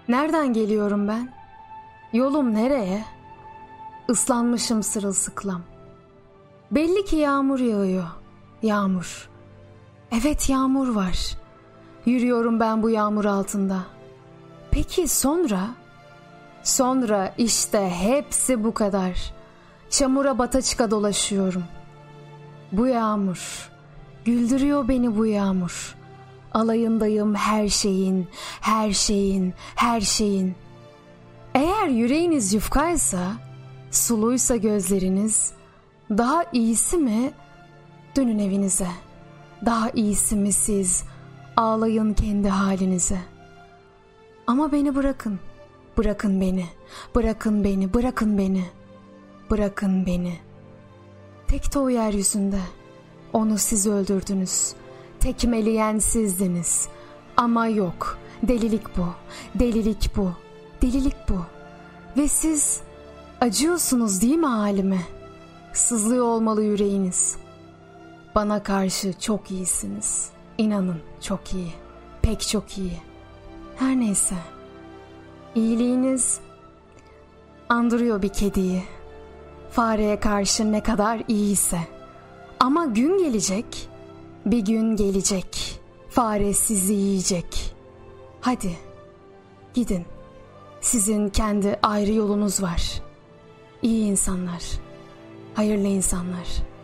Nereden geliyorum ben? Yolum nereye? Islanmışım sırılsıklam. Belli ki yağmur yağıyor. Yağmur. Evet, yağmur var. Yürüyorum ben bu yağmur altında. Peki sonra? Sonra işte hepsi bu kadar. Çamura bata çıka dolaşıyorum. Bu yağmur. Güldürüyor beni bu yağmur. Alayındayım her şeyin, her şeyin, her şeyin. Eğer yüreğiniz yufkaysa, suluysa gözleriniz, daha iyisi mi? Dönün evinize. Daha iyisi mi siz? Ağlayın kendi halinize. Ama beni bırakın. Bırakın beni. Bırakın beni. Bırakın beni. Bırakın beni. Tekti o yeryüzünde. Onu siz öldürdünüz. Tekmeleyen sizdiniz. Ama yok. Delilik bu. Delilik bu. Delilik bu. Ve siz acıyorsunuz değil mi halime? Sızlıyor olmalı yüreğiniz. Bana karşı çok iyisiniz. İnanın çok iyi. Pek çok iyi. Her neyse. İyiliğiniz andırıyor bir kediyi. Fareye karşı ne kadar iyiyse. Ama gün gelecek, bir gün gelecek. Fare sizi yiyecek. Hadi gidin. Sizin kendi ayrı yolunuz var. İyi insanlar, hayırlı insanlar.